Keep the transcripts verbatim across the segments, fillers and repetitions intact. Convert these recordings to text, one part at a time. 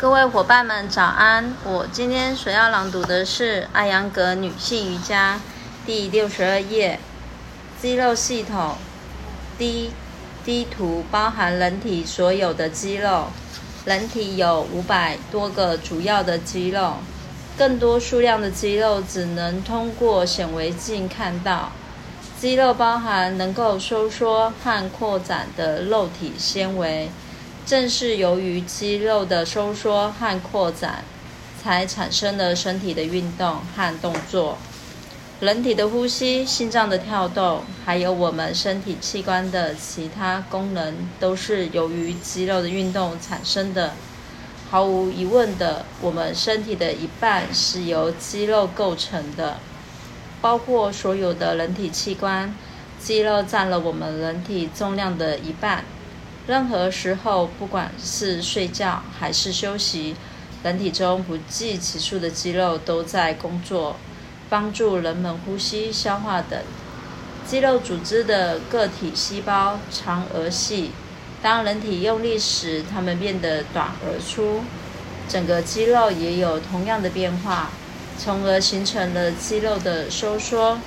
各位伙伴们早安，我今天所要朗读的是艾扬格女性瑜伽第六十二页，肌肉系统。D D 图包含人体所有的肌肉，人体有五百多个主要的肌肉，更多数量的肌肉只能通过显微镜看到。肌肉包含能够收缩和扩展的肉体纤维，正是由于肌肉的收缩和扩展，才产生了身体的运动和动作。人体的呼吸、心脏的跳动，还有我们身体器官的其他功能，都是由于肌肉的运动产生的。毫无疑问的，我们身体的一半是由肌肉构成的，包括所有的人体器官，肌肉占了我们人体重量的一半。任何时候，不管是睡觉还是休息，人体中不计其数的肌肉都在工作，帮助人们呼吸、消化等。肌肉组织的个体细胞长而细，当人体用力时，它们变得短而粗。整个肌肉也有同样的变化，从而形成了肌肉的收缩。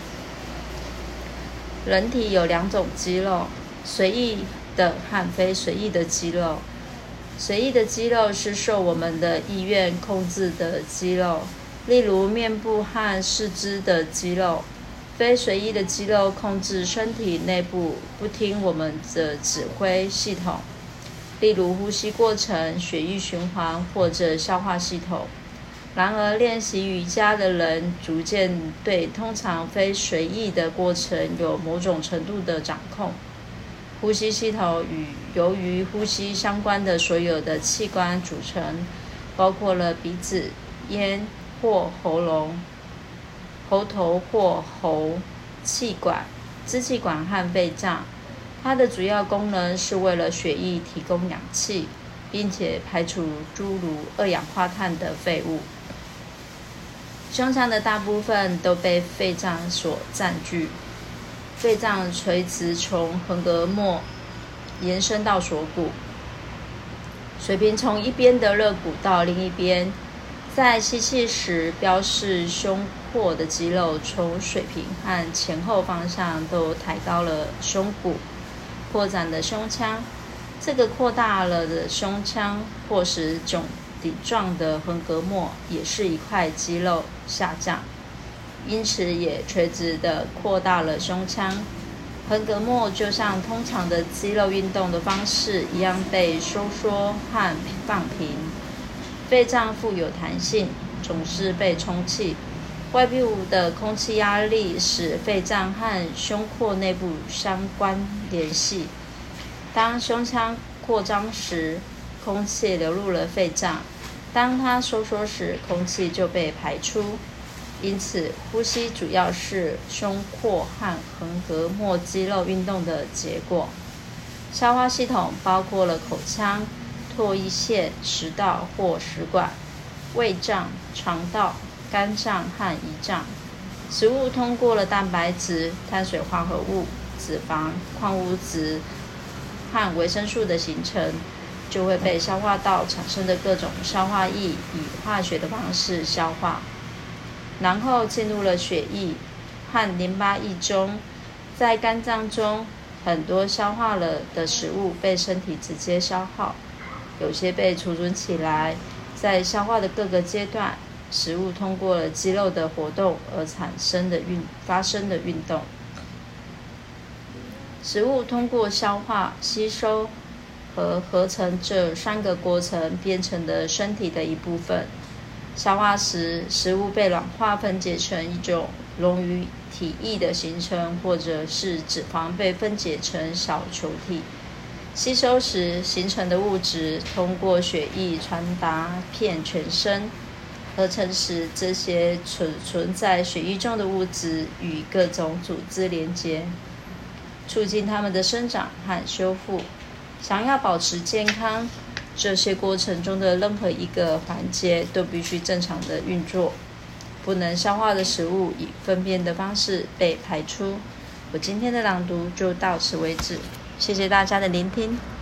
人体有两种肌肉，随意的和非随意的肌肉。随意的肌肉是受我们的意愿控制的肌肉，例如面部和四肢的肌肉。非随意的肌肉控制身体内部，不听我们的指挥系统，例如呼吸过程、血液循环或者消化系统。然而，练习瑜伽的人逐渐对通常非随意的过程有某种程度的掌控。呼吸系统与由于呼吸相关的所有的器官组成，包括了鼻子、咽或喉咙、喉头或喉、气管、支气管和肺脏。它的主要功能是为了血液提供氧气，并且排除诸如二氧化碳的废物。胸腔的大部分都被肺脏所占据。肺脏垂直从横膈膜延伸到锁骨，水平从一边的肋骨到另一边。在吸气时，标示胸廓的肌肉从水平和前后方向都抬高了胸骨，扩展了胸腔。这个扩大了的胸腔或使迥底状的横膈膜也是一块肌肉下降，因此也垂直地扩大了胸腔。横膈膜就像通常的肌肉运动的方式一样被收缩和放平。肺脏富有弹性，总是被充气。外部的空气压力使肺脏和胸廓内部相关联系。当胸腔扩张时，空气流入了肺脏；当它收缩时，空气就被排出。因此，呼吸主要是胸廓和横膈膜肌肉运动的结果。消化系统包括了口腔、唾液腺、食道或食管、胃脏、肠道、肝脏和胰脏。食物通过了蛋白质、碳水化合物、脂肪、矿物质和维生素的形成，就会被消化道产生的各种消化液以化学的方式消化，然后进入了血液和淋巴液中。在肝脏中，很多消化了的食物被身体直接消耗，有些被储存起来。在消化的各个阶段，食物通过了肌肉的活动而产生的运发生的运动。食物通过消化、吸收和合成这三个过程，变成了身体的一部分。消化时，食物被软化分解成一种溶于体液的形成，或者是脂肪被分解成小球体。吸收时形成的物质通过血液传达遍全身。合成时，这些储存在血液中的物质与各种组织连结，促进它们的生长和修复。想要保持健康，这些过程中的任何一个环节都必须正常的运作。不能消化的食物以粪便的方式被排出。我今天的朗读就到此为止，谢谢大家的聆听。